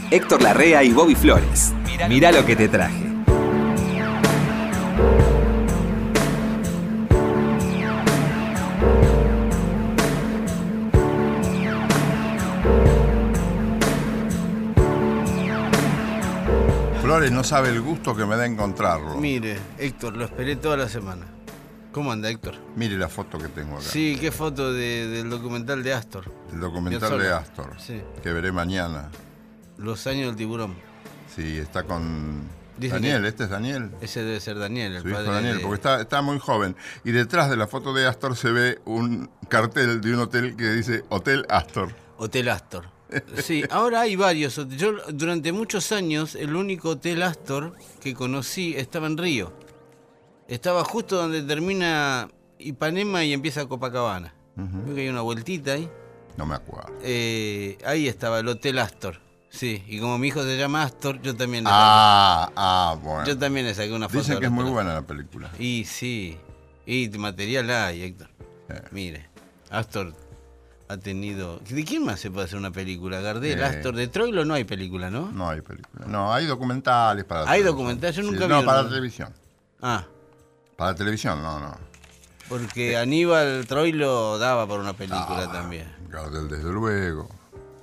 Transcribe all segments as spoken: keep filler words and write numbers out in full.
Héctor Larrea y Bobby Flores. Mirá lo que te traje. Flores no sabe el gusto que me da encontrarlo. Mire, Héctor, lo esperé toda la semana. ¿Cómo anda, Héctor? Mire la foto que tengo acá. Sí, qué foto de, del documental de Astor. El documental de Astor, sí. Que veré mañana. Los años del tiburón. Sí, está con Dice Daniel, que este es Daniel. Ese debe ser Daniel, el Su hijo padre Daniel, de... porque está, está muy joven. Y detrás de la foto de Astor se ve un cartel de un hotel que dice Hotel Astor. Hotel Astor. Sí, ahora hay varios. Yo durante muchos años el único Hotel Astor que conocí estaba en Río. Estaba justo donde termina Ipanema y empieza Copacabana. Uh-huh. Creo que hay una vueltita ahí. No me acuerdo. Eh, ahí estaba el Hotel Astor. Sí, y como mi hijo se llama Astor, yo también le Ah, saqué. ah, bueno. Yo también le saqué una foto. Dicen que es muy buena la película. Y sí, y material hay, Héctor. Eh. Mire, Astor ha tenido... ¿De quién más se puede hacer una película? Gardel, eh. Astor, de Troilo no hay película, ¿no? No hay película. No, hay documentales para la ¿Hay televisión. documentales? Yo nunca sí, vi No, uno. para la televisión. Ah. Para la televisión, no, no. Porque Aníbal Troilo daba por una película ah, también. Gardel, desde luego.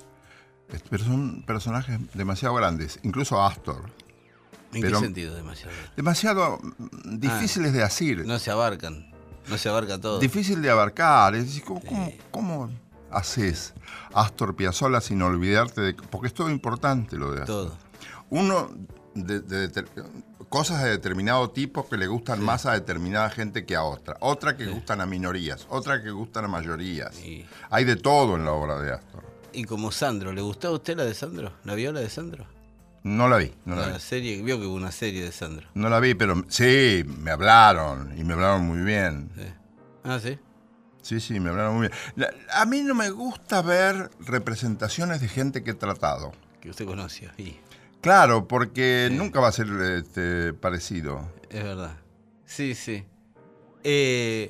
Pero son personajes demasiado grandes, incluso Astor. ¿En pero qué sentido demasiado? Demasiado difíciles ah, de decir. No se abarcan, no se abarca todo. Difícil de abarcar. Es decir, ¿cómo, sí. cómo, cómo haces Astor Piazzolla sin olvidarte de...? Porque es todo importante lo de Astor. Todo. Uno, de, de, de, de cosas de determinado tipo que le gustan sí. más a determinada gente que a otra. Otra que sí. gustan a minorías, otra que gustan a mayorías. Sí. Hay de todo en la obra de Astor. Y como Sandro, ¿le gustó a usted la de Sandro? ¿La vio la de Sandro? No la vi, no la, la vi. Serie, vio que hubo una serie de Sandro. No la vi, pero sí, me hablaron, y me hablaron muy bien. Sí. Ah, ¿sí? Sí, sí, me hablaron muy bien. La, a mí no me gusta ver representaciones de gente que he tratado. Que usted conoció, sí. Claro, porque sí. nunca va a ser este, parecido. Es verdad. Sí, sí. Eh...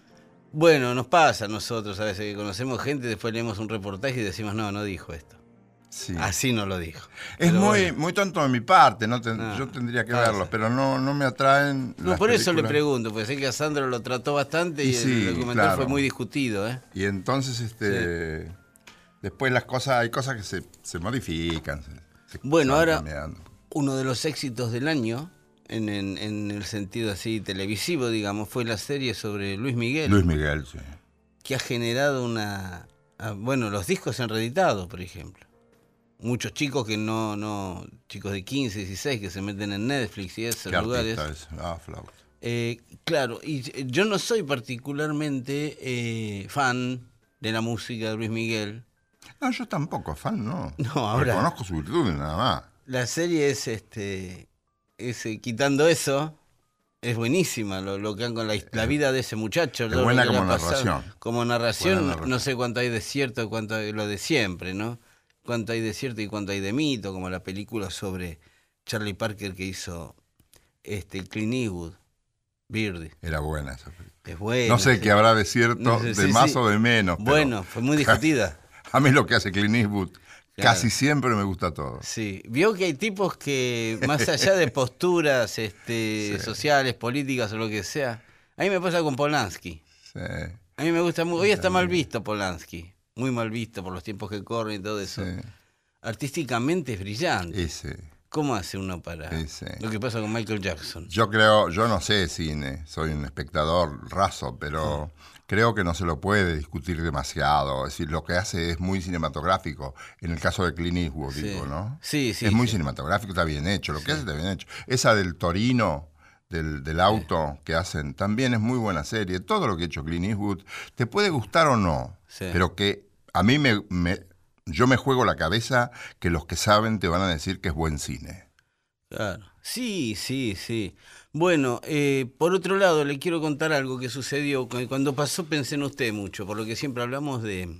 Bueno, nos pasa a nosotros a veces que conocemos gente, después leemos un reportaje y decimos, no, no dijo esto. Sí. Así no lo dijo. Es muy, bueno. muy tonto de mi parte, no, ten, no yo tendría que pasa. verlos, pero no, no me atraen. No, las por películas. Eso le pregunto, porque sé que a Sandro lo trató bastante y, y sí, el documental claro. fue muy discutido. ¿eh? Y entonces, este, sí. después las cosas, hay cosas que se, se modifican. Se, se bueno, ahora, cambiando. Uno de los éxitos del año, en, en, en el sentido así televisivo, digamos, fue la serie sobre Luis Miguel. Luis Miguel, sí. Que ha generado una... Bueno, los discos se han reeditado, por ejemplo. Muchos chicos que no... no chicos de quince, dieciséis que se meten en Netflix y esos ¿Qué lugares. Es? Ah, flauta. Eh, claro, y yo no soy particularmente eh, fan de la música de Luis Miguel. No, yo tampoco, fan, no. No, ahora... Reconozco su virtud, nada más. La serie es, este... es eh, quitando eso... Es buenísima lo, lo que han con la, la vida de ese muchacho. Es buena como narración. Como narración, narración, no sé cuánto hay de cierto, cuánto hay lo de siempre, ¿no? Cuánto hay de cierto y cuánto hay de mito, como la película sobre Charlie Parker que hizo este Clint Eastwood, Birdie. Era buena esa película. Es buena. No sé sí. qué habrá de cierto, no sé, de sí, más sí. o de menos. Bueno, fue muy discutida. A mí lo que hace Clint Eastwood... Claro. Casi siempre me gusta todo. Sí, vio que hay tipos que, más allá de posturas este, sí. sociales, políticas o lo que sea, a mí me pasa con Polanski. Sí. A mí me gusta mucho. Hoy está mal visto Polanski, muy mal visto por los tiempos que corren y todo eso. Sí. Artísticamente es brillante. Y sí. ¿Cómo hace uno para sí. lo que pasa con Michael Jackson? Yo creo, yo no sé cine, soy un espectador raso, pero sí. creo que no se lo puede discutir demasiado. Es decir, lo que hace es muy cinematográfico. En el caso de Clint Eastwood, sí. digo, ¿no? Sí, sí. Es muy sí. cinematográfico, está bien hecho. Lo que sí. hace está bien hecho. Esa del Torino, del, del auto sí. que hacen, también es muy buena serie. Todo lo que ha hecho Clint Eastwood, te puede gustar o no, sí. pero que a mí me... me yo me juego la cabeza que los que saben te van a decir que es buen cine. Claro. Sí, sí, sí. Bueno, eh, por otro lado, le quiero contar algo que sucedió. Cuando pasó pensé en usted mucho, por lo que siempre hablamos de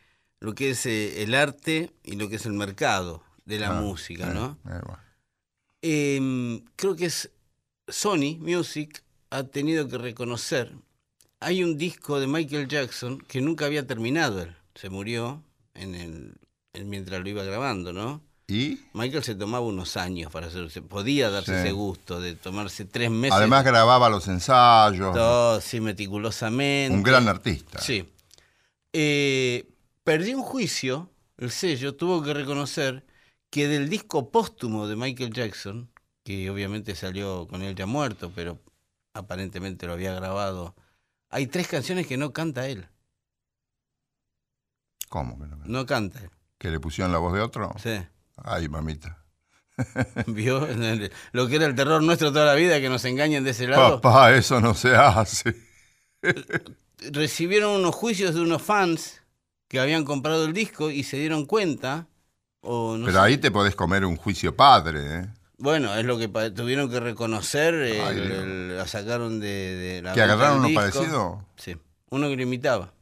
lo que es eh, el arte y lo que es el mercado de la ah, música, eh, ¿no? Eh, bueno. eh, creo que es Sony Music ha tenido que reconocer. Hay un disco de Michael Jackson que nunca había terminado él. Se murió en el, en, mientras lo iba grabando, ¿no? ¿Y? Michael se tomaba unos años para hacerse, podía darse sí. ese gusto de tomarse tres meses. Además grababa los ensayos. Todo, sí, meticulosamente. Un gran artista. Sí. Eh, perdió un juicio, el sello tuvo que reconocer que del disco póstumo de Michael Jackson, que obviamente salió con él ya muerto, pero aparentemente lo había grabado, hay tres canciones que no canta él. ¿Cómo que no canta? No canta él. ¿Que le pusieron la voz de otro? Sí. Ay, mamita. ¿Vio? Lo que era el terror nuestro toda la vida, que nos engañen de ese lado. Papá, eso no se hace. Recibieron unos juicios de unos fans que habían comprado el disco y se dieron cuenta. O no Pero sé. Ahí te podés comer un juicio padre, ¿eh? Bueno, es lo que tuvieron que reconocer. Ay, el, el, la sacaron de, de la. ¿Que agarraron uno parecido? Sí, uno que lo imitaba.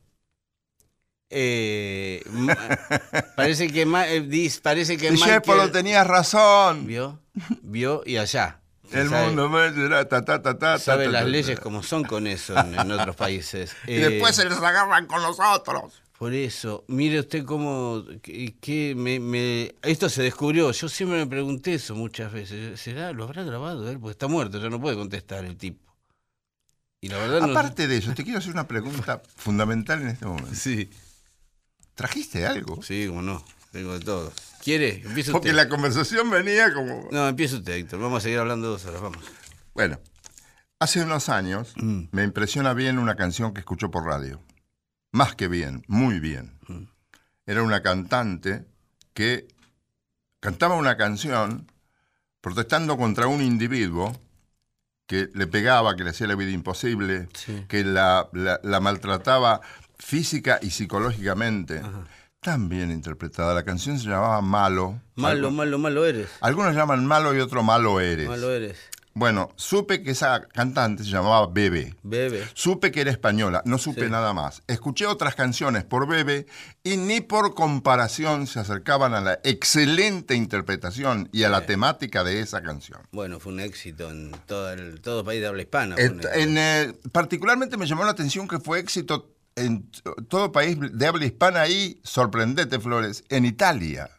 Eh, parece que parece que Discépolo, tenías razón. Vio, vio y allá. El sabe, mundo me será ta ta ta ta. Sabe ta, las ta, ta, leyes ta. como son con eso en, en otros países. Y eh, después se les agarran con los otros. Por eso, mire usted cómo que, que me, me, esto se descubrió. Yo siempre me pregunté eso muchas veces. ¿Será? ¿Lo habrá grabado él? Porque está muerto, ya no puede contestar el tipo. Y la verdad Aparte no... de eso, te quiero hacer una pregunta fundamental en este momento. Sí. ¿Trajiste algo? Sí, como no. Tengo de todo. ¿Quiere? Empieza Porque usted. la conversación venía como... No, empieza usted, Héctor. Vamos a seguir hablando dos horas, vamos. Bueno, hace unos años mm. me impresiona bien una canción que escucho por radio. Más que bien, muy bien. Mm. Era una cantante que cantaba una canción protestando contra un individuo que le pegaba, que le hacía la vida imposible, sí. que la, la, la maltrataba física y psicológicamente. Ajá. Tan bien interpretada. La canción se llamaba Malo. Malo, Algo, malo, malo eres. Algunos llaman Malo y otros Malo eres. Malo eres. Bueno, supe que esa cantante se llamaba Bebe. Bebe. Supe que era española, no supe sí. nada más. Escuché otras canciones por Bebe y ni por comparación se acercaban a la excelente interpretación y a sí. la temática de esa canción. Bueno, fue un éxito en todo el todo país de habla hispana. Et, en, eh, particularmente me llamó la atención que fue éxito en todo país de habla hispana y, sorprendete, Flores, en Italia.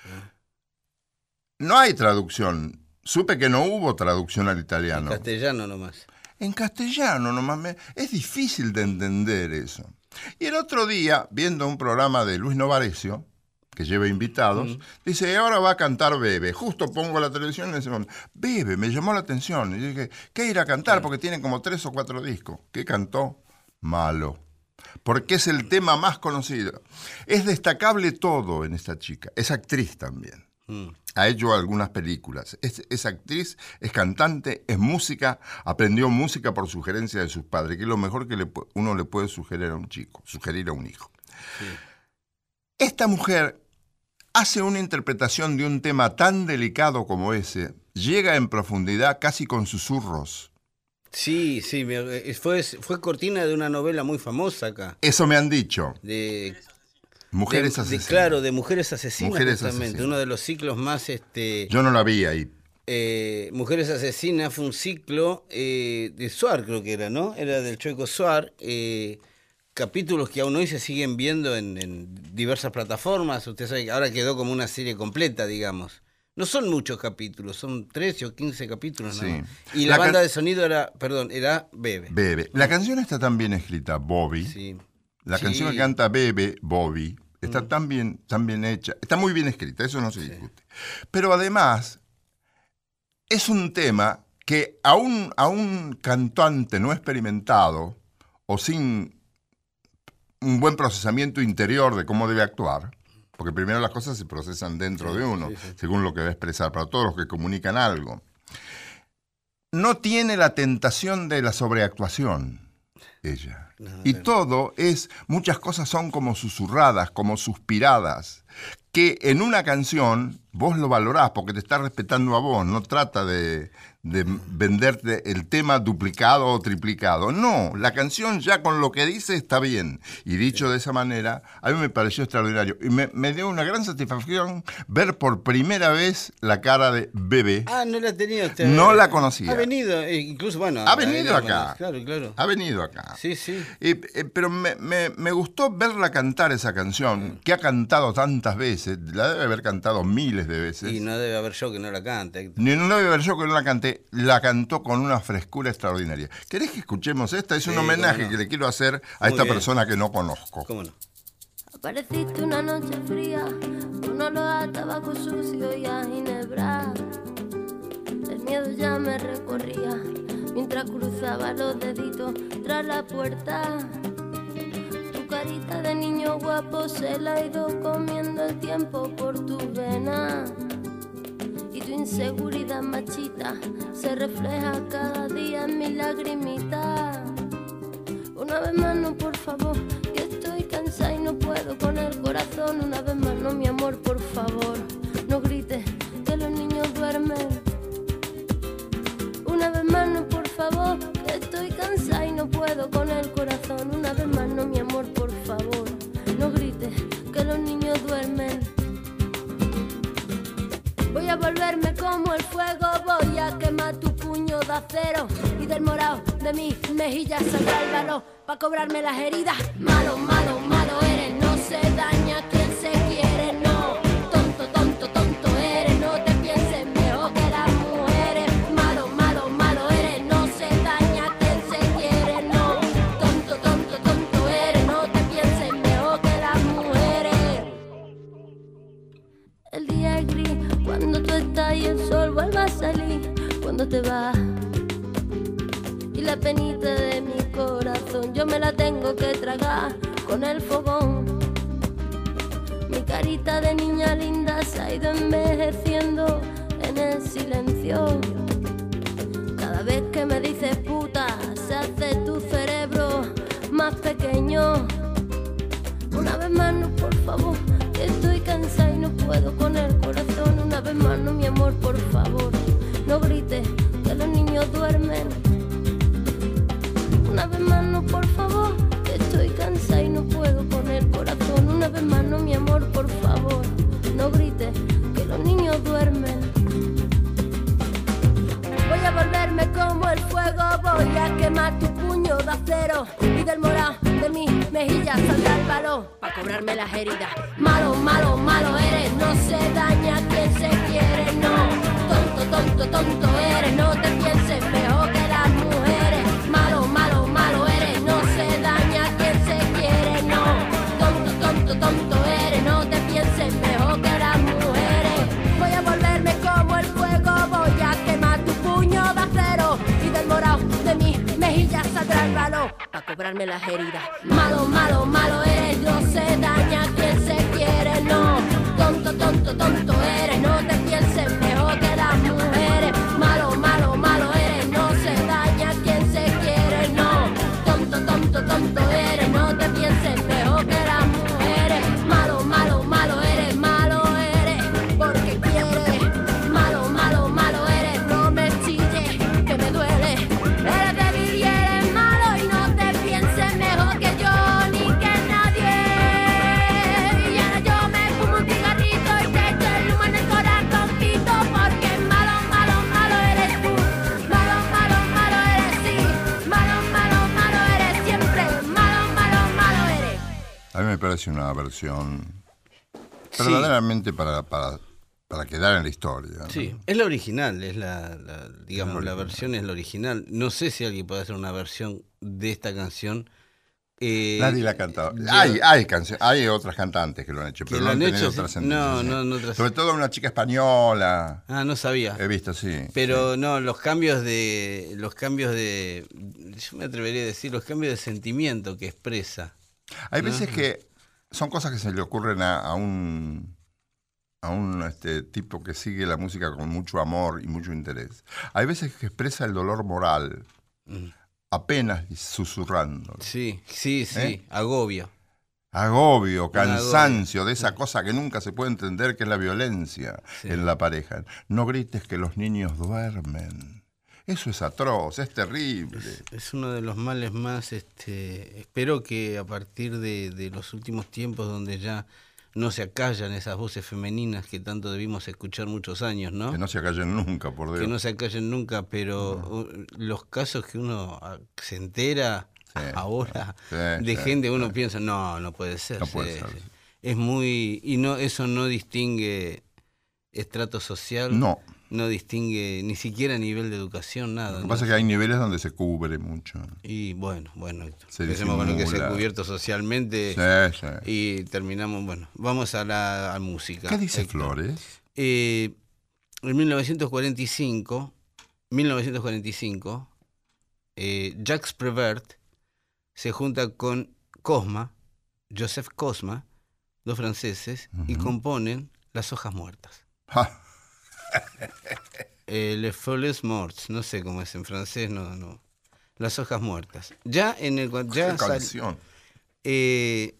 No hay traducción. Supe que no hubo traducción al italiano. En castellano nomás. En castellano nomás. Me... Es difícil de entender eso. Y el otro día, viendo un programa de Luis Novarecio, que lleva invitados, mm. dice, ahora va a cantar Bebe. Justo pongo la televisión en ese momento. Bebe, me llamó la atención. Y dije, ¿qué ir a cantar? Porque tiene como tres o cuatro discos. ¿Qué cantó? Malo. Porque es el tema más conocido. Es destacable todo en esta chica. Es actriz también. Mm. Ha hecho algunas películas. Es, es actriz, es cantante, es música. Aprendió música por sugerencia de sus padres, que es lo mejor que le, uno le puede sugerir a un chico, sugerir a un hijo. Sí. Esta mujer hace una interpretación de un tema tan delicado como ese. Llega en profundidad casi con susurros. Sí, sí, fue, fue cortina de una novela muy famosa acá. Eso me han dicho. De, Mujeres de, Asesinas. De, claro, de Mujeres Asesinas, Mujeres justamente. Asesinas. Uno de los ciclos más... este Yo no la vi ahí. Eh, Mujeres Asesinas fue un ciclo eh, de Suar, creo que era, ¿no? Era del Chueco Suar. Eh, capítulos que aún hoy se siguen viendo en, en diversas plataformas. Usted sabe que ahora quedó como una serie completa, digamos. No son muchos capítulos, son trece o quince capítulos. Sí. ¿No? Y la, la banda can... de sonido era, perdón, era Bebe. Bebe. La canción está tan bien escrita, Bobby. Sí. La sí. canción que canta Bebe, Bobby, está mm. tan, bien, tan bien hecha. Está muy bien escrita, eso no se discute. Sí. Pero además, es un tema que a un, a un cantante no experimentado o sin un buen procesamiento interior de cómo debe actuar, porque primero las cosas se procesan dentro sí, de uno, sí, sí. según lo que va a expresar, para todos los que comunican algo. No tiene la tentación de la sobreactuación, ella. No, y no. todo es, muchas cosas son como susurradas, como suspiradas, que en una canción vos lo valorás porque te está respetando a vos, no trata de, de venderte el tema duplicado o triplicado. No, la canción ya con lo que dice está bien. Y dicho de esa manera, a mí me pareció extraordinario. Y me, me dio una gran satisfacción ver por primera vez la cara de Bebe. Ah, no la tenía usted. No la conocía. Ha venido, eh, incluso, bueno. Ha venido acá. Claro, claro. Ha venido acá. Sí, sí. Eh, eh, pero me, me, me gustó verla cantar esa canción, que ha cantado tantas veces, la debe haber cantado miles de veces. Y no debe haber yo que no la cante. Ni no debe haber yo que no la cante. La cantó con una frescura extraordinaria. ¿Querés que escuchemos esta? Es un sí, homenaje no. que le quiero hacer a Muy esta bien. persona que no conozco. ¿Cómo no? Apareciste una noche fría, con olor a tabaco sucio y a ginebra. El miedo ya me recorría, mientras cruzaba los deditos tras la puerta. Tu carita de niño guapo se la ha ido comiendo el tiempo por tus venas. Y tu inseguridad machita se refleja cada día en mi lagrimita. Una vez más no, por favor, que estoy cansada y no puedo con el corazón. Una vez más no, mi amor, por favor, no grites que los niños duermen. Una vez más no, por favor, que estoy cansada y no puedo con el corazón. Una vez más no, mi amor, por favor, no grites que los niños duermen. Voy a volverme como el fuego, voy a quemar tu puño de acero y del morado de mis mejillas saldrá el valor pa' cobrarme las heridas. Malo, malo, malo eres, no se daña quien se quiere, no. Tonto, tonto, tonto eres, no te pienses mejor que las mujeres. Malo, malo, malo eres, no se daña quien se quiere, no. Tonto, tonto, tonto eres, no te pienses mejor que las mujeres. El día es gris cuando tú estás y el sol vuelve a salir cuando te vas. Y la penita de mi corazón yo me la tengo que tragar con el fogón. Mi carita de niña linda se ha ido envejeciendo en el silencio. Cada vez que me dices puta se hace tu cerebro más pequeño. Una vez más no, por favor, que estoy cansada y no puedo con el corazón. Una vez más no, mi amor, por favor, no grites que los niños duermen. Una vez más no, por favor, que estoy cansada y no puedo con el corazón. Una vez más no, mi amor, por favor, no grites que los niños duermen. Voy a volverme como el fuego, voy a quemar tu puño de acero y del morado de mis mejillas saldrá el valor pa' cobrarme las heridas. Malo, malo, malo eres, no se daña quien se quiere, no. Tonto, tonto, tonto eres, no te pienses mejor que las mujeres. Malo, malo, malo eres, no se daña quien se quiere, no. Tonto, tonto, tonto eres, no te pienses mejor que las mujeres. Voy a volverme como el fuego, voy a quemar tu puño de acero y del morado de mis mejillas saldrá el valor pa' cobrarme las heridas. Malo, malo, malo eres, no se daña quien se quiere, no. Tonto, tonto, tonto eres, no te pienses mejor que las mujeres. Malo, malo, malo eres, no se daña quien se quiere, no. Tonto, tonto, tonto eres, no te pienses mejor que las mujeres. Malo, malo, malo eres, malo eres, porque quieres. Malo, malo, malo eres, no me chilles, que me duele. Eres débil y eres malo y no te pienses mejor que yo ni que nadie. Y ahora yo me fumo un cigarrito y te echo el humo en el corazoncito, porque malo, malo, malo eres tú. Malo, malo, malo eres sí. Malo, malo, malo eres siempre. Malo, malo, malo eres. A mí me parece una versión Sí. verdaderamente para, para, para quedar en la historia, ¿no? Sí, es la original, es la, la digamos, Es la la versión es la original. No sé si alguien puede hacer una versión de esta canción. Eh, Nadie la ha cantado. yo- Hay, hay, cancio- hay otras cantantes que lo han hecho, Que pero lo no han han tenido hecho, sí. trascendencia. No, sí. no, no trascendencia. Sobre todo una chica española. Ah, no sabía. He visto, sí. Pero sí. no, los cambios de. Los cambios de. Yo me atrevería a decir, los cambios de sentimiento que expresa. Hay veces que son cosas que se le ocurren a, a un a un este, tipo que sigue la música con mucho amor y mucho interés. Hay veces que expresa el dolor moral, apenas susurrando. Sí, sí, sí, ¿Eh? agobio. Agobio, Un cansancio agobio. de esa cosa que nunca se puede entender, que es la violencia Sí. en la pareja. No grites que los niños duermen. Eso es atroz, es terrible. Es, es uno de los males más, este, espero que a partir de, de los últimos tiempos donde ya no se acallan esas voces femeninas que tanto debimos escuchar muchos años, ¿no? Que no se acallen nunca, por Dios. Que no se acallen nunca, pero no. los casos que uno se entera sí, ahora sí, de sí, gente, uno sí. piensa, no, no puede ser. No puede sí, ser. Sí. Es muy, y no, eso no distingue estrato social. No. No distingue ni siquiera nivel de educación, nada. Lo que ¿no? pasa es que hay niveles donde se cubre mucho. Y bueno, bueno, se empecemos con lo que se ha cubierto socialmente sí, sí. y terminamos, bueno, vamos a la a música. ¿Qué dice Héctor. Flores? Eh, en mil novecientos cuarenta y cinco, mil novecientos cuarenta y cinco eh, Jacques Prévert se junta con Cosma, Joseph Cosma, dos franceses, uh-huh. y componen Las hojas muertas. Ja. Eh, Les Feuilles Mortes, no sé cómo es en francés, no, no. Las hojas muertas. Ya en el ya sal, eh,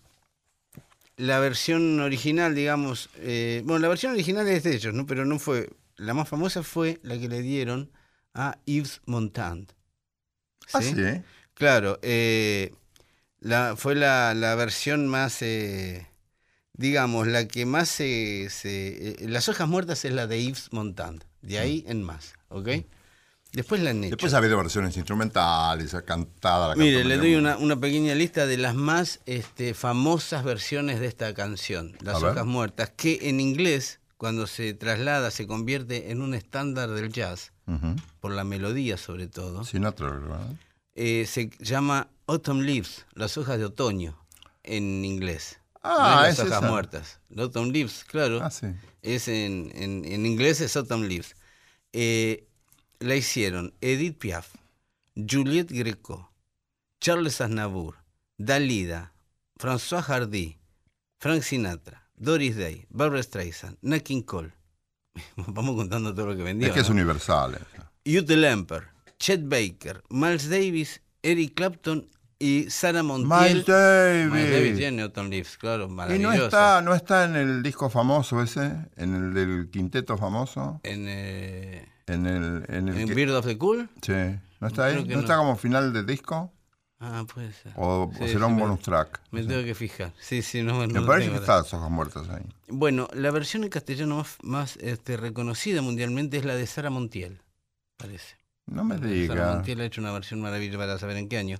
la versión original, digamos, eh, bueno, la versión original es de ellos, ¿no? Pero no fue, la más famosa fue la que le dieron a Yves Montand. ¿Sí? ¿Ah, sí? Claro, eh, la, fue la, la versión más, eh, digamos, la que más se, se eh, Las hojas muertas es la de Yves Montand. De ahí en más, ¿ok? Después la han hecho. Después ha habido versiones instrumentales, cantada. La Mire, le doy una, una pequeña lista de las más este, famosas versiones de esta canción, Las hojas muertas, que en inglés, cuando se traslada, se convierte en un estándar del jazz, uh-huh. por la melodía sobre todo. Sinatra, ¿verdad? Eh, se llama Autumn Leaves, Las hojas de otoño, en inglés. Ah, no es Las es hojas esa. muertas. Autumn Leaves, claro. Ah, sí. Es en, en, en inglés es Autumn Leaves. Eh, la hicieron Edith Piaf, Juliette Gréco, Charles Aznavour, Dalida, François Hardy, Frank Sinatra, Doris Day, Barbra Streisand, Nat King Cole. Vamos contando todo lo que vendió. Es que ¿no? es universal. Ute Lemper, Chet Baker, Miles Davis, Eric Clapton y Sarah Montiel. Miles Davis. Miles Davis tiene Autumn Leaves, claro, maravilloso. ¿Y no está, no está en el disco famoso ese? ¿En el del quinteto famoso? En, eh, en el... En, el ¿en que... Beard of the Cool? Sí. ¿No está ahí? ¿No, no está como final de disco? Ah, puede ser. ¿O, sí, o será sí, un me, bonus track? Me sí. tengo que fijar. Sí, sí, no, me no parece tengo que está Las hojas muertas ahí. Bueno, la versión en castellano más, más este, reconocida mundialmente es la de Sarah Montiel, parece. No me digas. Sarah Montiel ha hecho una versión maravillosa para saber en qué año.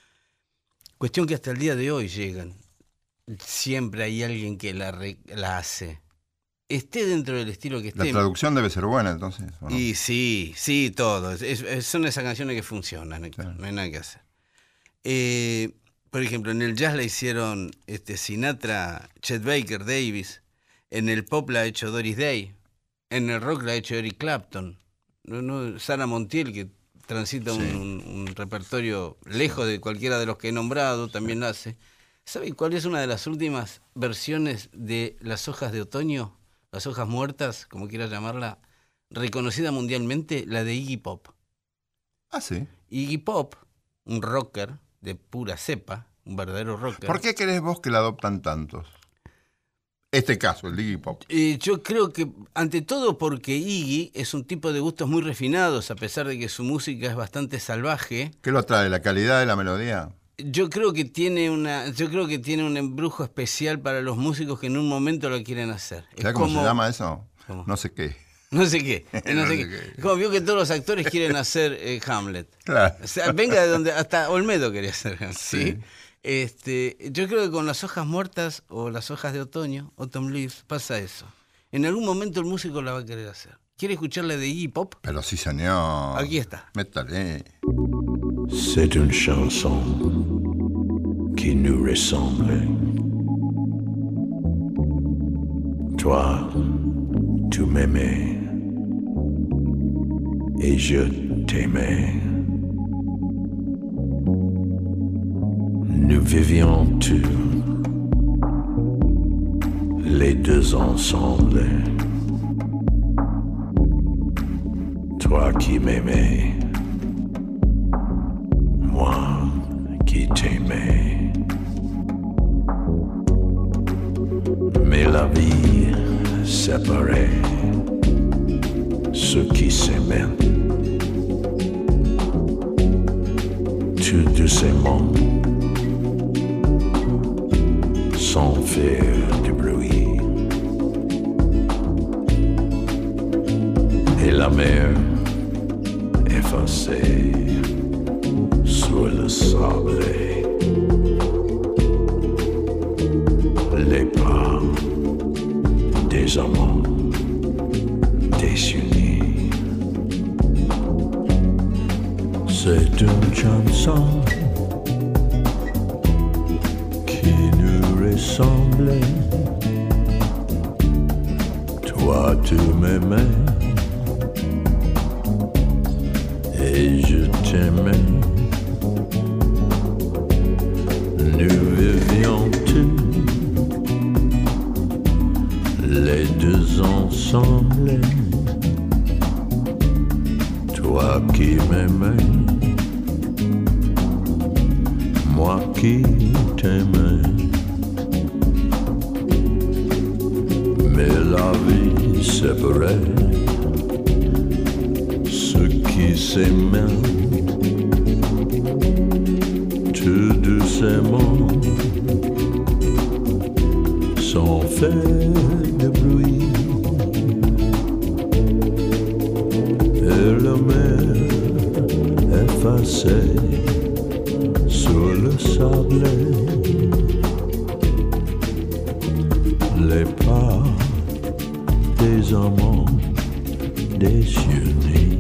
Cuestión que hasta el día de hoy llegan. Siempre hay alguien que la, re, la hace. Esté dentro del estilo que esté. La traducción debe ser buena, entonces. ¿o no? Y sí, sí, todo. Es, es, son esas canciones que funcionan, Héctor. Sí. No hay nada que hacer. Eh, por ejemplo, en el jazz la hicieron este, Sinatra, Chet Baker, Davis. En el pop la ha hecho Doris Day. En el rock la ha hecho Eric Clapton. No, no, Sarah Montiel, que transita sí. un, un, un repertorio lejos de cualquiera de los que he nombrado, también la hace. ¿Sabe cuál es una de las últimas versiones de Las hojas de otoño? Las hojas muertas, como quieras llamarla, reconocida mundialmente, la de Iggy Pop. Ah, sí. Iggy Pop, un rocker de pura cepa, un verdadero rocker. ¿Por qué querés vos que la adoptan tantos? Este caso, el de Iggy Pop. Eh, yo creo que, ante todo, porque Iggy es un tipo de gustos muy refinados, a pesar de que su música es bastante salvaje. ¿Qué lo atrae? ¿La calidad de la melodía? Yo creo que tiene una, yo creo que tiene un embrujo especial para los músicos que en un momento lo quieren hacer. ¿Sabes cómo se llama eso? ¿Cómo? No sé qué. No sé qué. No, no sé sé qué. qué. Como vio que todos los actores quieren hacer eh, Hamlet. Claro. O sea, venga de donde, hasta Olmedo quería hacer Hamlet. ¿sí? Sí. Este, yo creo que con Las hojas muertas o Las hojas de otoño, Autumn Leaves, pasa eso. En algún momento el músico la va a querer hacer. ¿Quiere escucharla de Iggy Pop? Pero sí, señor. Aquí está. Métale. C'est une chanson qui nous ressemble. Toi, tu m'aimais et je t'aimais. Nous vivions tous les deux ensemble. Toi qui m'aimais, moi qui t'aimais. Mais la vie séparait ceux qui s'aimaient. tout doucement, sans faire du bruit. Et la mer effacée sur le sable, les pas des amants désunis. C'est une chanson qui nous ressemblait. Toi tu m'aimais et je t'aimais. Nous vivions tous les deux ensemble. Toi qui m'aimais, moi qui t'aimais. Mais la vie séparait ceux qui s'aimaient tout doucement, sans faire de bruit. Et la mer effacée sur le sable, les pas des amants désunis.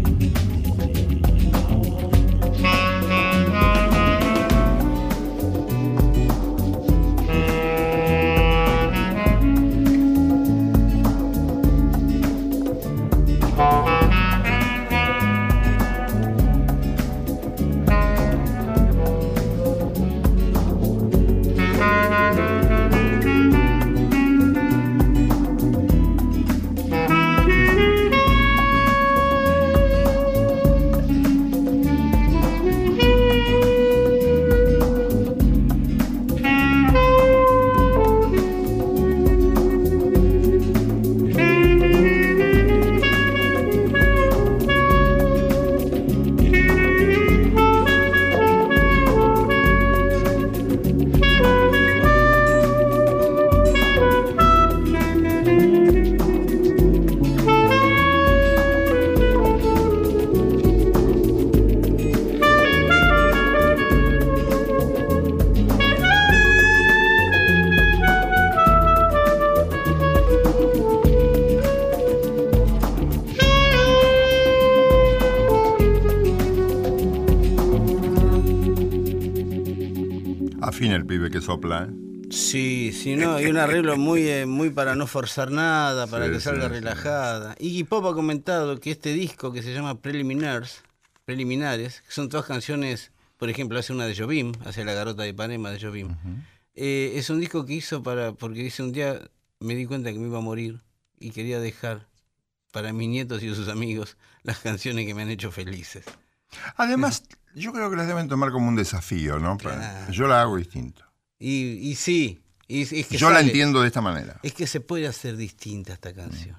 Afina el pibe que sopla, ¿eh? Sí, sí, no, y un arreglo muy, eh, muy para no forzar nada, para Sí, que salga sí, relajada. Iggy Pop ha comentado que este disco que se llama Preliminares, Preliminares, que son todas canciones, por ejemplo, hace una de Jobim, hace La Garota de Ipanema de Jobim. Uh-huh. eh, es un disco que hizo para, porque dice un día me di cuenta que me iba a morir y quería dejar para mis nietos y sus amigos las canciones que me han hecho felices. Además, yo creo que las deben tomar como un desafío, ¿no? Claro. Yo la hago distinto. Y, y sí, y, es que yo sale, la entiendo de esta manera. Es que se puede hacer distinta esta canción.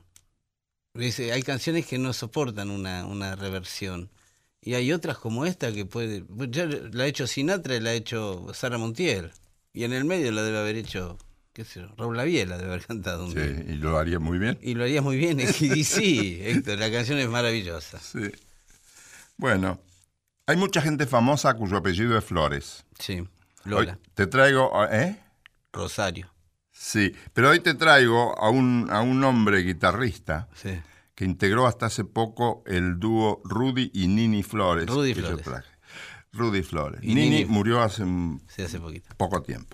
Mm. Dice, hay canciones que no soportan una, una reversión. Y hay otras como esta que puede... Ya la ha hecho Sinatra y la ha hecho Sara Montiel. Y en el medio la debe haber hecho, qué sé yo, Raúl Lavie la debe haber cantado un Sí, día. y lo haría muy bien. Y lo haría muy bien. Y, y sí, Héctor, la canción es maravillosa. Sí. Bueno, hay mucha gente famosa cuyo apellido es Flores. Sí, Lola. Hoy te traigo... ¿Eh? Rosario. Sí, pero hoy te traigo a un, a un hombre guitarrista sí. que integró hasta hace poco el dúo Rudy y Nini Flores. Rudy que Flores. Yo traje. Rudy Flores. Y Nini, Nini murió hace, un sí, hace poquito. poco tiempo.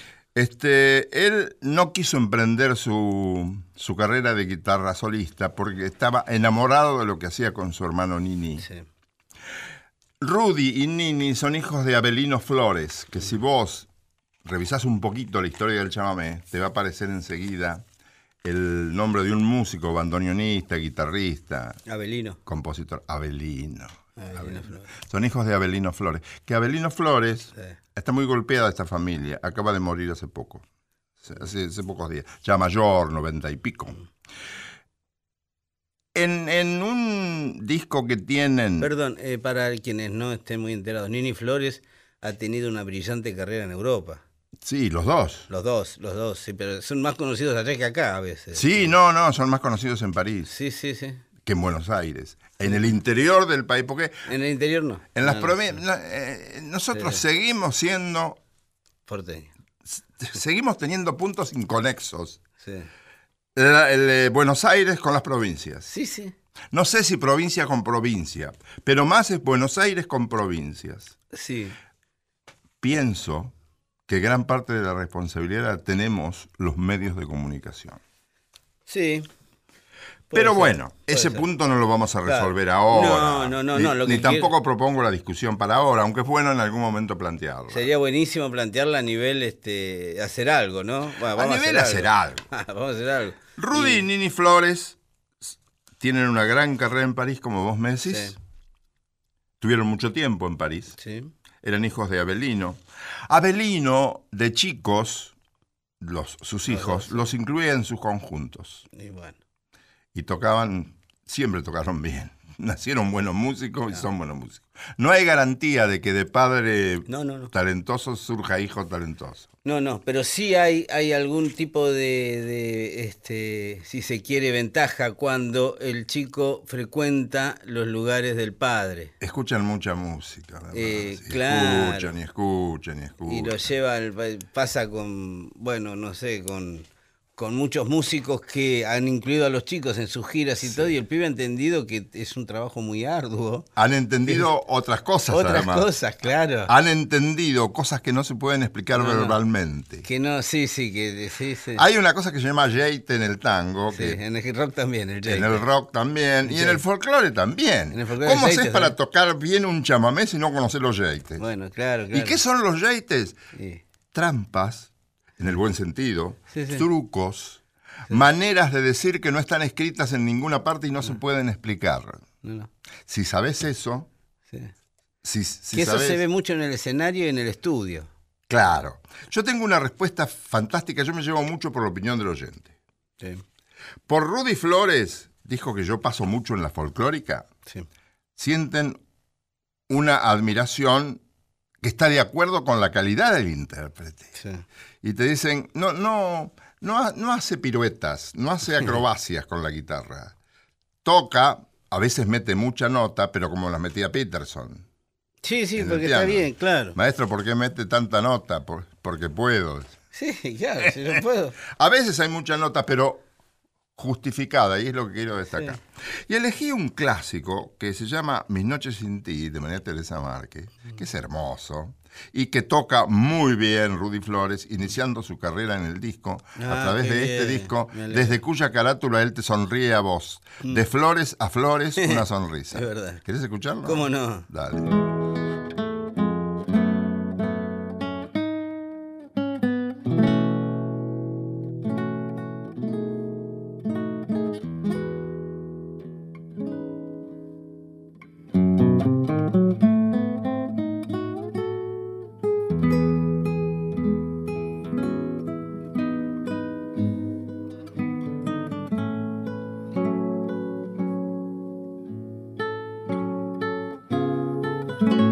Este, él no quiso emprender su, su carrera de guitarra solista porque estaba enamorado de lo que hacía con su hermano Nini. Sí. Rudy y Nini son hijos de Abelino Flores, que si vos revisás un poquito la historia del chamamé, te va a aparecer enseguida el nombre de un músico, bandoneonista, guitarrista. Abelino. Compositor, Abelino. Abelino, Abelino. Flores. Son hijos de Abelino Flores. Que Abelino Flores sí. está muy golpeada esta familia. Acaba de morir hace poco. Hace, hace pocos días. Ya mayor, noventa y pico. Mm. En, en un disco que tienen... Perdón, eh, para quienes no estén muy enterados, Nini Flores ha tenido una brillante carrera en Europa. Sí, los dos. Los dos, los dos, sí, pero son más conocidos allá que acá a veces. Sí, no, no, son más conocidos en París. Sí, sí, sí. Que en Buenos Aires. En el interior del país, porque... En el interior no. En las no, provincias... no. No, eh, nosotros Sí. seguimos siendo... Porteño. Seguimos teniendo puntos inconexos. Sí. El, el, eh, Buenos Aires con las provincias. Sí, sí. No sé si provincia con provincia, pero más es Buenos Aires con provincias. Sí. Pienso que gran parte de la responsabilidad la tenemos los medios de comunicación. Sí. Puede Pero ser, bueno, puede ese ser. punto no lo vamos a resolver Claro. ahora. No, no, no, Ni, no, lo que ni quiero- tampoco propongo la discusión para ahora, aunque es bueno en algún momento plantearla. Sería buenísimo plantearla a nivel, este, hacer algo, ¿no? Bueno, A vamos nivel hacer algo. vamos a hacer algo. Rudy y Nini Flores tienen una gran carrera en París, como vos me decís. Sí. Tuvieron mucho tiempo en París. Sí. Eran hijos de Abelino. Abelino, de chicos, los, sus hijos, los incluía en sus conjuntos. Y bueno. Y tocaban, siempre tocaron bien. Nacieron buenos músicos y son buenos músicos. No hay garantía de que de padre No, no, no. talentoso surja hijo talentoso. No, no, pero sí hay, hay algún tipo de, de, este, si se quiere, ventaja cuando el chico frecuenta los lugares del padre. Escuchan mucha música, además. Eh, Y claro. Escuchan y escuchan y escuchan. Y lo lleva, al- pasa con, bueno, no sé, con, con muchos músicos que han incluido a los chicos en sus giras y todo, y el pibe ha entendido que es un trabajo muy arduo. Han entendido otras cosas, Otras además. cosas, claro. Han entendido cosas que no se pueden explicar No, no. verbalmente. Que no, sí, sí, que sí, sí. Hay una cosa que se llama jate en el tango, Sí, que en el rock también, el en jazz. el rock también, y en jate. el folclore también. En el folclore ¿Cómo el haces jate para también. tocar bien un chamamé si no conoces los jates? Bueno, claro, claro. ¿Y qué son los jates? Sí. Trampas, en el buen sentido, Sí, sí. trucos, maneras de decir que no están escritas en ninguna parte y no se pueden explicar. No, no, Si sabes eso, sí. si, si que eso sabes- se ve mucho en el escenario y en el estudio. Claro. Yo tengo una respuesta fantástica, yo me llevo mucho por la opinión del oyente. Sí, Por Rudy Flores, dijo que yo paso mucho en la folclórica, sí. sienten una admiración que está de acuerdo con la calidad del intérprete. Sí. Y te dicen, no, no, no, ha- no hace piruetas, no hace acrobacias con la guitarra. Toca, a veces mete mucha nota, pero como las metía Peterson. Sí, sí, en el porque está piano. bien, claro. Maestro, ¿por qué mete tanta nota? Por- porque puedo. Sí, claro, si yo puedo. A veces hay mucha nota, pero justificada, y es lo que quiero destacar. Y elegí un clásico que se llama Mis noches sin ti, de María Teresa Márquez, que es hermoso, y que toca muy bien Rudy Flores, iniciando su carrera en el disco, a Ah, través qué de este bien, disco, me alegro. desde cuya carátula él te sonríe a vos. De flores a flores, una sonrisa. Es verdad. ¿Querés escucharlo? ¿Cómo no? Dale. Thank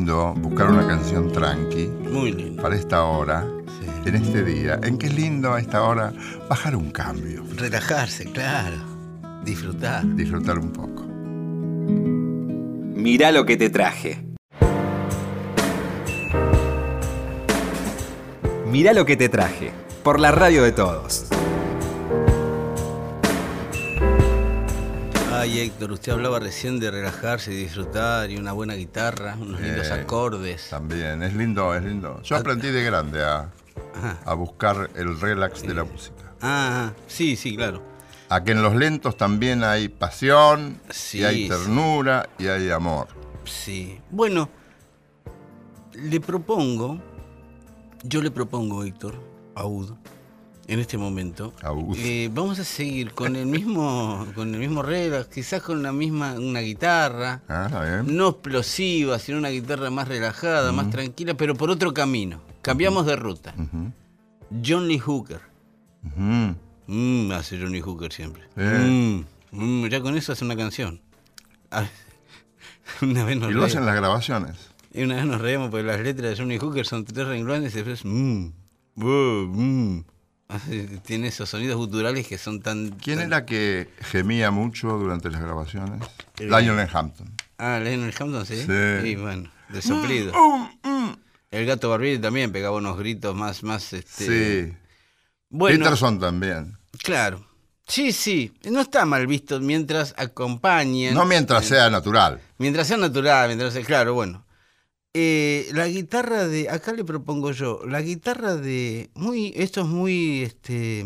lindo buscar una canción tranqui. Muy lindo. Para esta hora, sí. En este día, en que es lindo a esta hora bajar un cambio. Relajarse, claro. Disfrutar. Disfrutar un poco. Mirá lo que te traje. Mirá lo que te traje. Por la radio de todos. Ay, Héctor, usted hablaba recién de relajarse y disfrutar y una buena guitarra, unos lindos eh, acordes. También, es lindo, es lindo. Yo aprendí de grande a, a buscar el relax de la música. Ah, sí, sí, claro. A que en los lentos también hay pasión, sí, y hay ternura, sí. Y hay amor. Sí. Bueno, le propongo, yo le propongo, Héctor, Aud, en este momento, eh, vamos a seguir con el mismo con el mismo relax, quizás con la misma una guitarra, ah, no explosiva, sino una guitarra más relajada, uh-huh. más tranquila, pero por otro camino. Cambiamos uh-huh. de ruta. Uh-huh. John Lee Hooker. Uh-huh. Mm, hace John Lee Hooker siempre. Eh. Mm, mm, ya con eso hace una canción. Una vez nos y lo hacen las grabaciones. Y una vez nos reímos porque las letras de John Lee Hooker son tres renglones y después mmm, mmm. Tiene esos sonidos guturales que son tan... ¿Quién tan... era que gemía mucho durante las grabaciones? Eh, Lionel Hampton. Ah, Lionel Hampton, sí. Sí. Y bueno, de soplido. Mm, mm, mm. El Gato Barbieri también pegaba unos gritos más... más este... Sí. Bueno, Peterson también. Claro. Sí, sí. No está mal visto mientras acompañen. No mientras eh, sea natural. Mientras sea natural, mientras sea... Claro, bueno. Eh, la guitarra de, acá le propongo yo, la guitarra de, muy, esto es muy, este,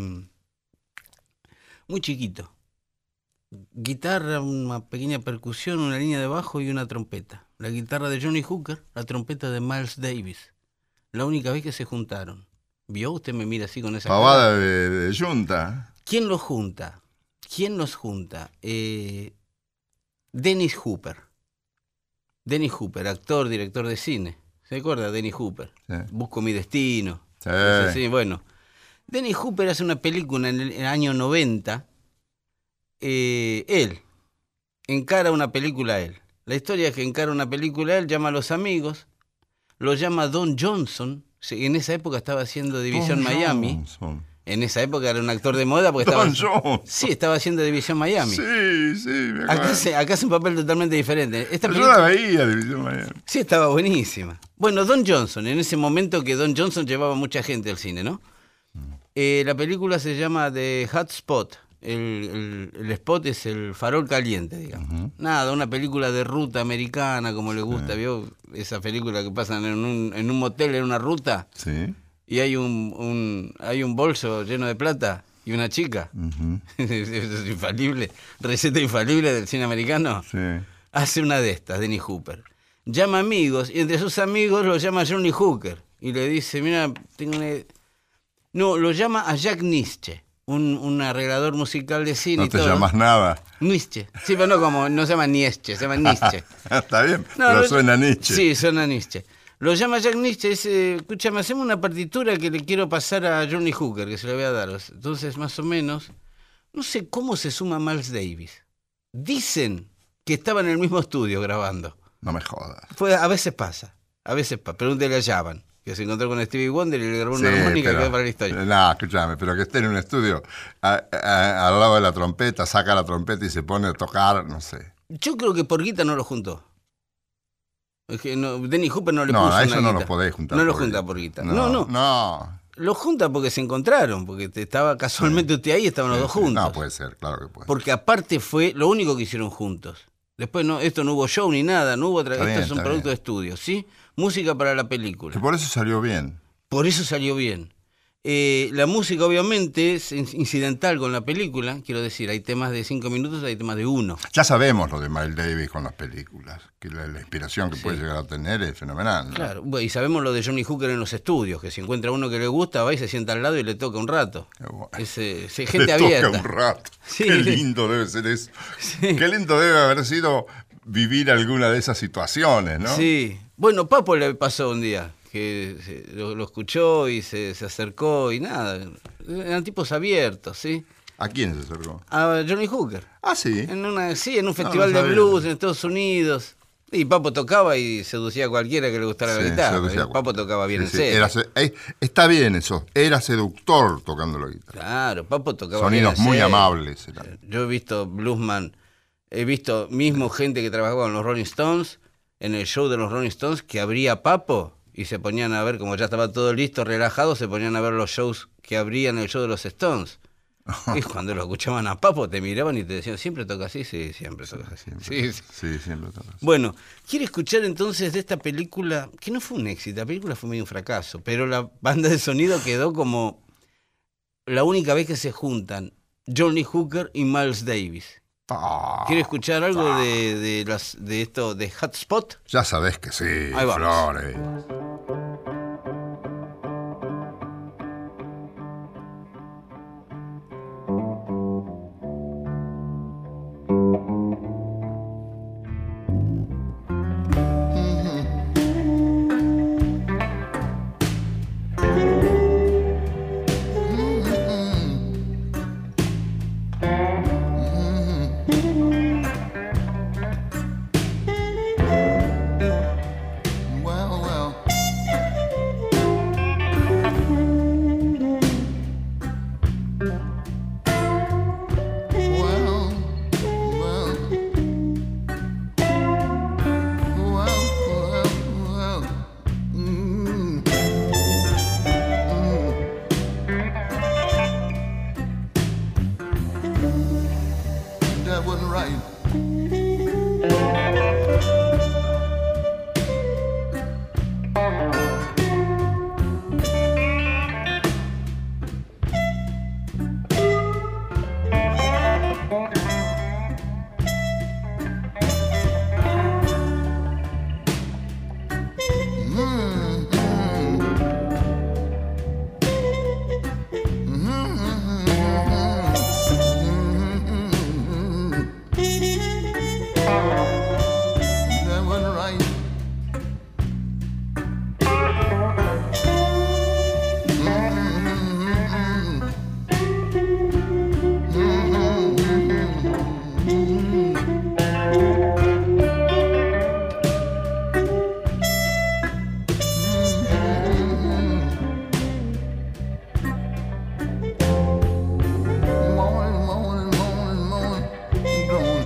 muy chiquito. Guitarra, una pequeña percusión, una línea de bajo y una trompeta. La guitarra de Johnny Hooker, la trompeta de Miles Davis. La única vez que se juntaron. ¿Vio? Usted me mira así con esa pavada cara. de, de junta. ¿Quién los junta? ¿Quién los junta? Eh, Dennis Hooper. Dennis Hooper, actor, director de cine. ¿Se acuerda? Dennis Hooper. Sí. Busco mi destino. Sí. Entonces, sí, bueno. Dennis Hooper hace una película en el, en el año noventa. Eh, él encara una película él. La historia es que encara una película él, llama a los amigos, lo llama Don Johnson. En esa época estaba haciendo División Don Miami. Johnson. En esa época era un actor de moda porque Don estaba... Johnson. Sí, estaba haciendo División Miami. Sí, sí, me acuerdo. Acá hace, acá hace un papel totalmente diferente. Esta Yo película... la veía, División Miami. Sí, estaba buenísima. Bueno, Don Johnson, en ese momento que Don Johnson llevaba mucha gente al cine, ¿no? Eh, la película se llama The Hot Spot. El, el, el spot es el farol caliente, digamos. Uh-huh. Nada, una película de ruta americana, como le gusta, sí. ¿Vio? Esa película que pasan en un, en un motel, en una ruta. Sí. Y hay un, un hay un bolso lleno de plata y una chica. Uh-huh. Es infalible. Receta infalible del cine americano. Sí. Hace una de estas, Dennis Hooper. Llama amigos y entre sus amigos lo llama Johnny Hooker. Y le dice, mira, tengo una... No, lo llama a Jack Nitzsche, un, un arreglador musical de cine. No y te todo. llamas nada. Nitzsche. Sí, pero no como, no se llama Nietzsche, se llama Nitzsche. Está bien, no, pero lo, suena Nietzsche. Sí, suena Nietzsche. Lo llama Jack Nitzsche y dice, escúchame, hacemos una partitura que le quiero pasar a Johnny Hooker, que se le voy a dar. Entonces, más o menos, no sé cómo se suma Miles Davis. Dicen que estaba en el mismo estudio grabando. No me jodas. Fue, a veces pasa, a veces pasa. Pregúntele a Javan, que se encontró con Stevie Wonder y le grabó una sí, armónica pero, que quedó para la historia. No, escúchame, pero que esté en un estudio a, a, al lado de la trompeta, saca la trompeta y se pone a tocar, no sé. Yo creo que por guita no lo juntó. Es que no, Dennis Hooper no le no, puso a eso una no guita. lo podés juntar. No lo por junta guita. por guita. No, no, no. no. Lo junta porque se encontraron, porque te estaba casualmente sí. usted ahí y estaban sí, los dos juntos. No, puede ser, claro que puede. Porque aparte fue lo único que hicieron juntos. Después no, esto no hubo show ni nada, no hubo otra, esto bien, es un producto bien. de estudio, ¿sí? Música para la película. Que por eso salió bien. Por eso salió bien. Eh, la música obviamente es incidental con la película, quiero decir, hay temas de cinco minutos, hay temas de uno. Ya sabemos lo de Miles Davis con las películas, que la, la inspiración que sí. puede llegar a tener es fenomenal, ¿no? Claro, bueno, y sabemos lo de Johnny Hooker en los estudios, que si encuentra uno que le gusta, va y se sienta al lado y le toca un rato. Bueno. Es, eh, es gente le abierta. Toca un rato. Sí. Qué lindo debe ser eso. Sí. Qué lindo debe haber sido vivir alguna de esas situaciones, ¿no? Sí. Bueno, Papo le pasó un día. Que se, lo, lo escuchó y se, se acercó y nada. Eran tipos abiertos, ¿sí? ¿A quién se acercó? A Johnny Hooker. Ah, sí. En una, sí, en un festival no, no de blues en Estados Unidos. Y Papo tocaba y seducía a cualquiera que le gustara Sí, la guitarra. seducía a Papo tocaba bien Sí, en sí, serio. era se- eh, está bien eso, era seductor tocando la guitarra. Claro, Papo tocaba Sonidos bien en muy serio. amables eran. Yo he visto bluesman, he visto mismo gente que trabajaba con los Rolling Stones, en el show de los Rolling Stones, que abría Papo y se ponían a ver, como ya estaba todo listo, relajado, se ponían a ver los shows que abrían el show de los Stones. Y cuando lo escuchaban a Papo, te miraban y te decían, ¿siempre toca así? Sí, siempre toca así. Siempre, Sí, sí. sí, siempre toca así. Bueno, ¿quiere escuchar entonces de esta película? Que no fue un éxito, la película fue medio un fracaso, pero la banda de sonido quedó como la única vez que se juntan John Lee Hooker y Miles Davis. Ah, ¿Quiere escuchar algo de, de, las, de esto, de Hotspot? ya sabés que sí, Ahí vamos. Flores. Well, well. Well, well. Well, well, well. Mm. Mm. That wasn't right. That wasn't right. Morning, morning, morning, morning, going.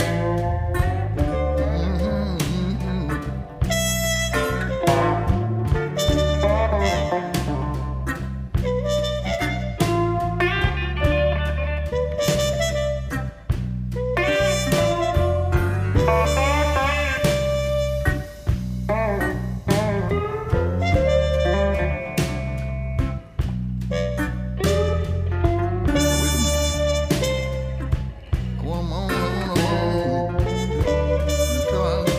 Come on, on, on. Come on.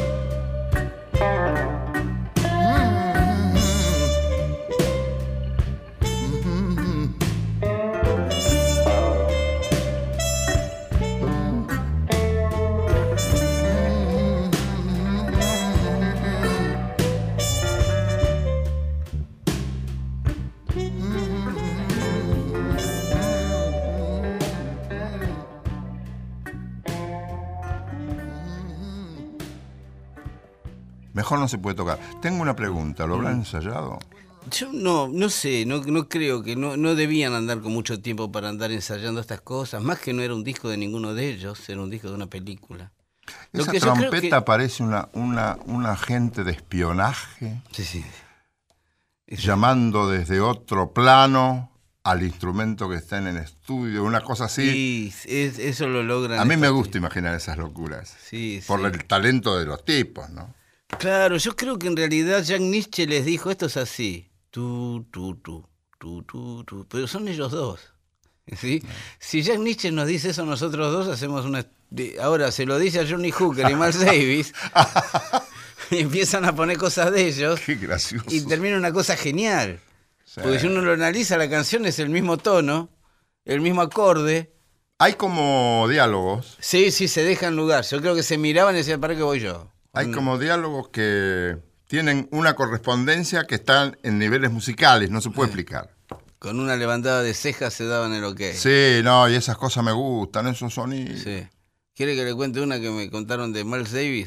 Mejor no se puede tocar. Tengo una pregunta, ¿lo habrán ensayado? Yo no, no sé, no, no creo que no, no debían andar con mucho tiempo para andar ensayando estas cosas, más que no era un disco de ninguno de ellos, era un disco de una película. Lo Esa que yo creo trompeta que- parece una, una, un agente de espionaje Sí, sí. Es- llamando desde otro plano al instrumento que está en el estudio, una cosa así. Sí, es- eso lo logran. A mí me estos gusta imaginar esas locuras. Sí, Por sí. el talento de los tipos, ¿no? Claro, yo creo que en realidad Jack Nietzsche les dijo, esto es así, tú, tú, tú, tú, tú, tú, pero son ellos dos, ¿sí? Si Jack Nietzsche nos dice eso nosotros dos, hacemos una... de- Ahora, se lo dice a Johnny Hooker y Miles Davis, y empiezan a poner cosas de ellos, Qué gracioso. y termina una cosa genial, Sí. porque si uno lo analiza, la canción es el mismo tono, el mismo acorde, Hay como diálogos, sí, sí, se dejan lugar, yo creo que se miraban y decían, ¿para qué voy yo? hay como diálogos que tienen una correspondencia que están en niveles musicales, no se puede explicar. Con una levantada de cejas se daban el ok. Sí, no, y esas cosas me gustan, esos sonidos. Sí. ¿Quiere que le cuente una que me contaron de Miles Davis?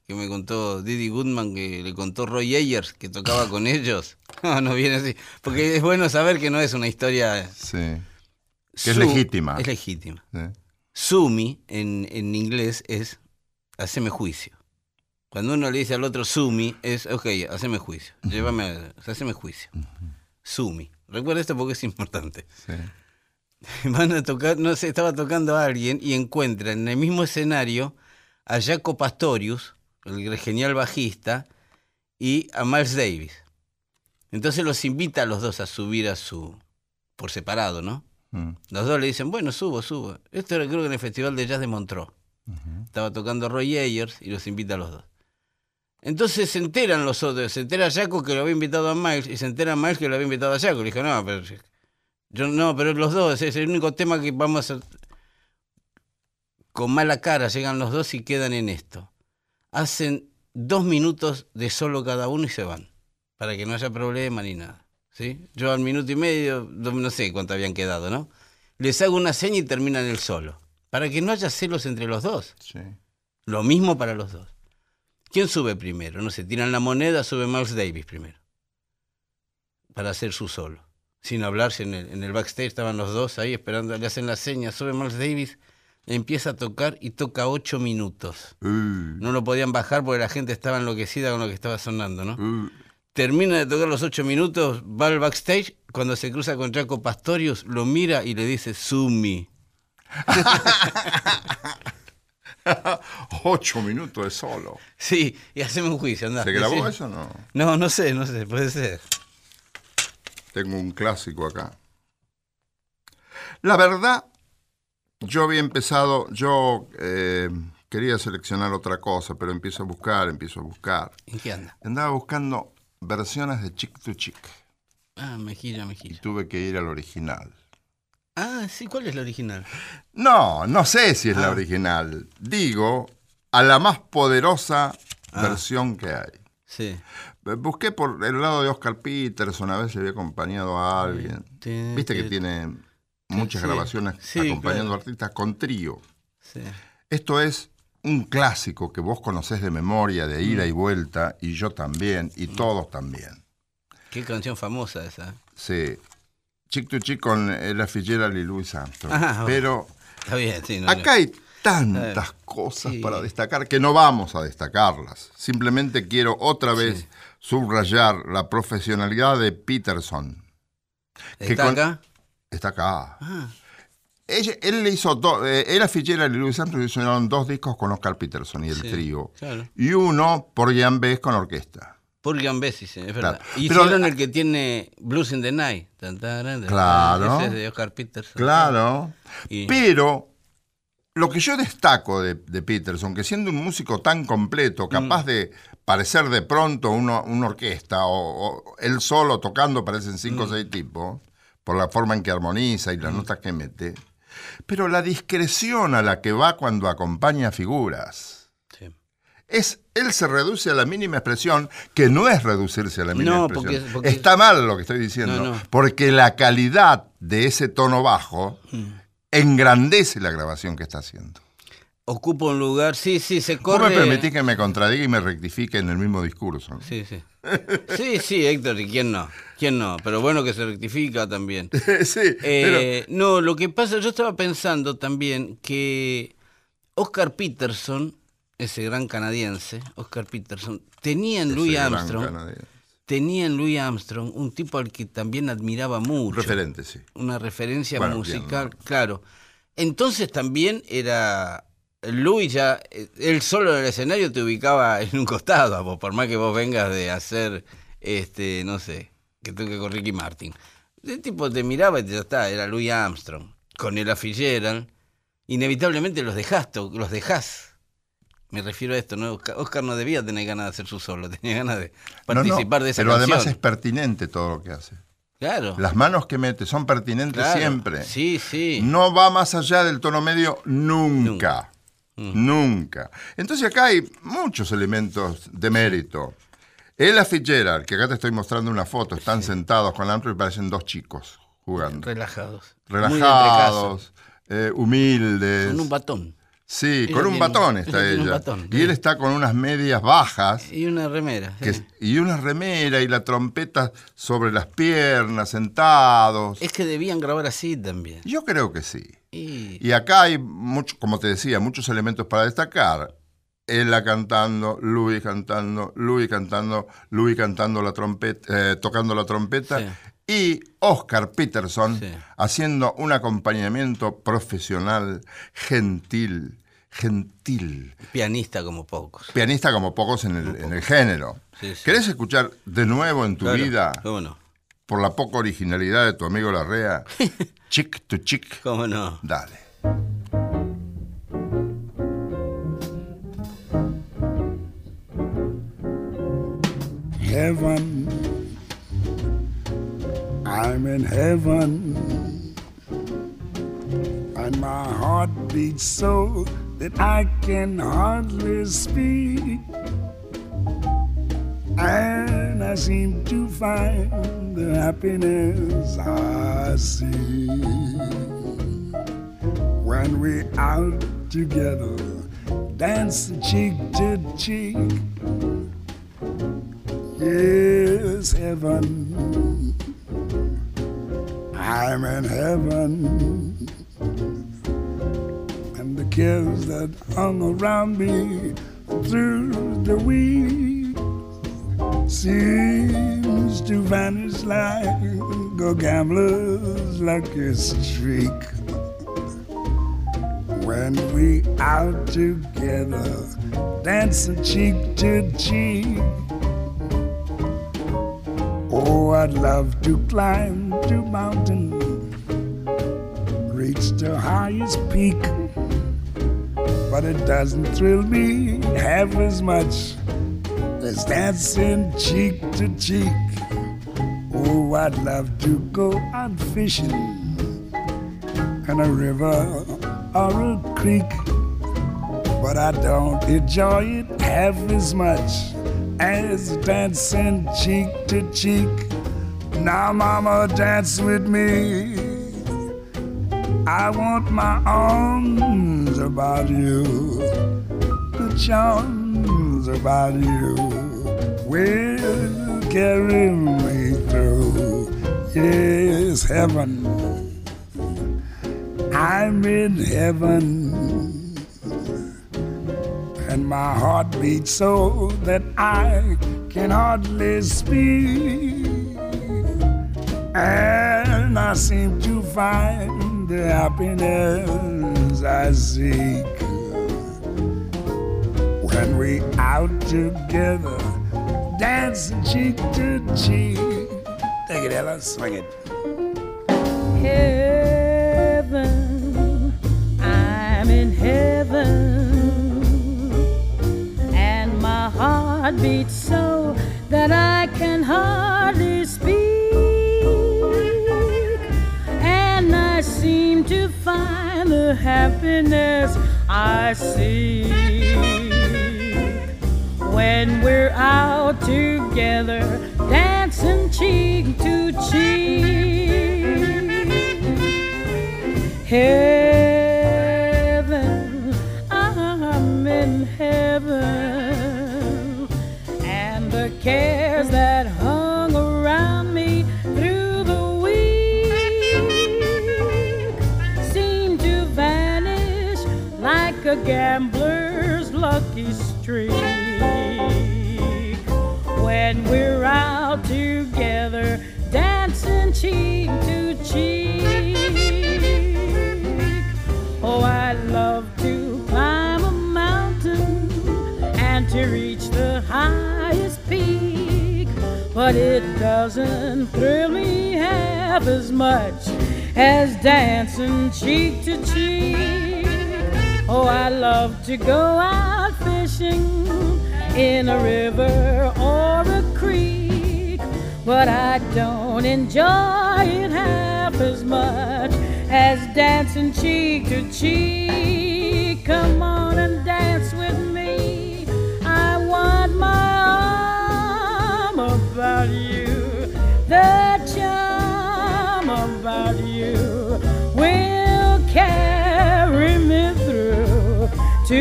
que me contó Didi Goodman, que le contó Roy Ayers, que tocaba con ellos. No, no viene así. Porque es bueno saber que no es una historia... Sí. Que es legítima. Es legítima. Sí. Sumi, en, en inglés, es haceme juicio. Cuando uno le dice al otro sumi, es, ok, haceme juicio. Llévame, a, haceme juicio. Sumi. Recuerda esto porque es importante. Sí. Van a tocar, no sé, estaba tocando a alguien y encuentran en el mismo escenario a Jaco Pastorius, el genial bajista, y a Miles Davis. Entonces los invita a los dos a subir a su... por separado, ¿no? Mm. Los dos le dicen, bueno, subo, subo. Esto era creo que en el Festival de Jazz de Montreux. Uh-huh. Estaba tocando Roy Ayers y los invita a los dos. Entonces se enteran los otros, se entera Jaco que lo había invitado a Miles y se entera Miles que lo había invitado a Jaco. Le dijo, no, pero... Yo, no, pero los dos, es el único tema que vamos a... Con mala cara llegan los dos y quedan en esto. Hacen dos minutos de solo cada uno y se van, para que no haya problema ni nada, ¿sí? Yo al minuto y medio, no sé cuánto habían quedado, ¿no? Les hago una seña y terminan el solo, para que no haya celos entre los dos. Sí. Lo mismo para los dos. ¿Quién sube primero? No sé, tiran la moneda, sube Miles Davis primero, para hacer su solo. Sin hablarse, en el, en el backstage estaban los dos ahí esperando, le hacen la seña, sube Miles Davis, empieza a tocar y toca ocho minutos. Uh. No lo podían bajar porque la gente estaba enloquecida con lo que estaba sonando, ¿no? Uh. Termina de tocar los ocho minutos, va al backstage, cuando se cruza con Jaco Pastorius, lo mira y le dice, Sumi. Ocho minutos de solo. Sí, y hacemos un juicio, andá. ¿Se grabó eso o no? No, no sé, no sé, puede ser. Tengo un clásico acá. La verdad, yo había empezado, yo eh, quería seleccionar otra cosa, pero empiezo a buscar, empiezo a buscar. ¿En qué anda? Andaba buscando versiones de Chick to Chick. Ah, mejilla, mejilla. Y tuve que ir al original. Ah, sí, ¿cuál es la original? No, no sé si es ah. la original. Digo, a la más poderosa ah. versión que hay. Sí. Busqué por el lado de Oscar Peterson, a veces le había acompañado a alguien. Sí, Viste sí, que tiene muchas sí, grabaciones sí, acompañando claro. artistas con trío. Sí. Esto es un clásico que vos conocés de memoria, de ida mm. y vuelta, y yo también, y mm. todos también. Qué canción famosa esa. Sí. Chick to Chick con Ella Fitzgerald y Louis Armstrong. Ah, Pero está bien, sí, no, acá hay tantas cosas sí. para destacar que no vamos a destacarlas. Simplemente quiero otra vez sí. subrayar la profesionalidad de Peterson. ¿Está que con... acá? Está acá. Ah. Ella, él le hizo dos, eh, Ella Fitzgerald y Louis Armstrong hicieron dos discos con Oscar Peterson y el sí, trío. Claro. Y uno por Jan Bess con orquesta. Por Jan Bess, sí, es verdad. Claro. Hicieron Pero, el que tiene Blues in the Night. Claro. Ese es de Oscar Peterson. Claro. Y... Pero lo que yo destaco de, de Peterson, que siendo un músico tan completo, capaz mm. de parecer de pronto uno, una orquesta, o, o él solo tocando parecen cinco o mm. seis tipos, por la forma en que armoniza y las mm. notas que mete, pero la discreción a la que va cuando acompaña figuras. Sí. Es, él se reduce a la mínima expresión, que no es reducirse a la mínima no, expresión. Porque, porque... Está mal lo que estoy diciendo, no, no. porque la calidad de ese tono bajo mm. engrandece la grabación que está haciendo. Ocupa un lugar, sí, sí, se corre... ¿Vos me permitís que me contradiga y me rectifique en el mismo discurso? ¿No? Sí, sí. Sí, sí, Héctor, ¿y quién no? ¿Quién no? Pero bueno que se rectifica también. Sí, eh, pero... No, lo que pasa, yo estaba pensando también que Oscar Peterson, ese gran canadiense, Oscar Peterson, tenía en Louis Armstrong... Tenía en Louis Armstrong un tipo al que también admiraba mucho. Referente, sí. Una referencia bueno, musical, bien, ¿no? claro. Entonces también era... Louis ya, él solo en el escenario te ubicaba en un costado, vos, por más que vos vengas de hacer, este, no sé, que toque con Ricky Martin. El tipo te miraba y ya está, era Louis Armstrong. Con Ella Fitzgerald, inevitablemente los dejás, los dejás. Me refiero a esto, ¿no? Oscar no debía tener ganas de hacer su solo, tenía ganas de participar no, no, de esa pero canción. Pero además es pertinente todo lo que hace. Claro. Las manos que mete son pertinentes claro. siempre. Sí, sí. No va más allá del tono medio nunca. Nunca. Mm. Nunca. Entonces acá hay muchos elementos de mérito. Ella Fitzgerald, que acá te estoy mostrando una foto, están sí. sentados con Armstrong y parecen dos chicos jugando. Relajados. Relajados, eh, humildes. Con un batón. Sí, Ella con un tiene- batón ella está tiene un ella. batón, y sí. él está con unas medias bajas Y una remera. que- sí. y una remera y la trompeta sobre las piernas, sentados. Es que debían grabar así también. Yo creo que sí. Y, Y acá hay, mucho, como te decía, muchos elementos para destacar. Ella cantando, Louis cantando, Louis cantando, Louis cantando la trompeta, eh, tocando la trompeta, Sí. y Oscar Peterson Sí. haciendo un acompañamiento profesional, gentil, gentil, pianista como pocos. pianista como pocos en el, en el género. Sí, sí. ¿Querés escuchar de nuevo en tu Claro, vida, ¿Cómo no? por la poca originalidad de tu amigo Larrea, Chick to Chick? ¿Cómo no? Dale. Heaven, I'm in heaven, and my heart beats so that I can hardly speak, and I seem to find the happiness I see when we're out together, dance cheek to cheek. Yes, heaven, I'm in heaven, and the cares that hung around me through the week seems to vanish like a gambler's lucky streak. When we out together, dancing cheek to cheek. Oh, I'd love to climb to mountain, reach the highest peak, but it doesn't thrill me half as much as dancing cheek to cheek. Oh, I'd love to go out fishing in a river or a creek, but I don't enjoy it half as much as dancing cheek to cheek. Now, mama, dance with me. I want my arms about you, the charms about you will carry me through. Yes, heaven, I'm in heaven, and my heart beats so that I can hardly speak, and I seem to find the happiness I seek when we out together, dancing cheek to cheek. Take it, Ella, swing it. Heaven, I'm in heaven, and my heart beats so that I can hardly speak, and I seem to find the happiness I seek when we're out together, dancing cheek to cheek. Heaven, I'm in heaven, and the cares that hung around me through the week seem to vanish like a gambler's lucky streak when we're out together, dancing cheek to cheek. Oh, I'd love to climb a mountain and to reach the highest peak, but it doesn't thrill me half as much as dancing cheek to cheek. Oh, I love to go out fishing in a river or a creek, but I don't enjoy it half as much as dancing cheek to cheek. Come on and dance with me. I want my arm about you. The charm about you will carry me through. to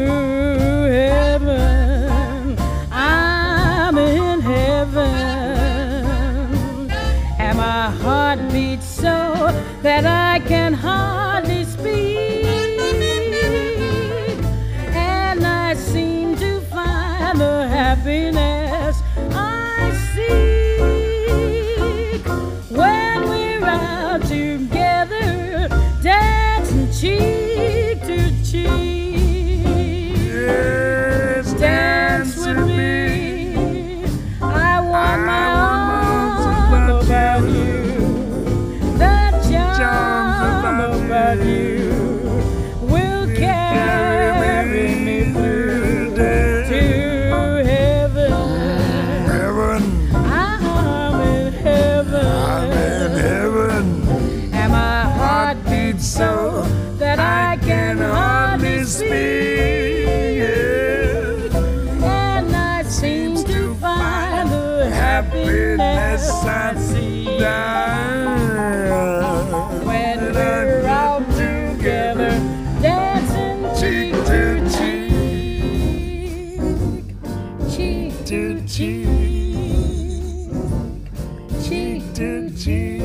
heaven. I'm in heaven, and my heart beats so that I can hardly speak, and I seem to find the happiness I seek when we're out together, dancing cheek to cheek. Yes, Dance with me. I want my arms about you. That charm about you will carry me through to heaven. heaven, I'm in heaven. I'm in heaven. And my heart beats so that I can hardly speak. And I seem to find the happiness I see when we're out together, dancing cheek to cheek, cheek to cheek, cheek to cheek.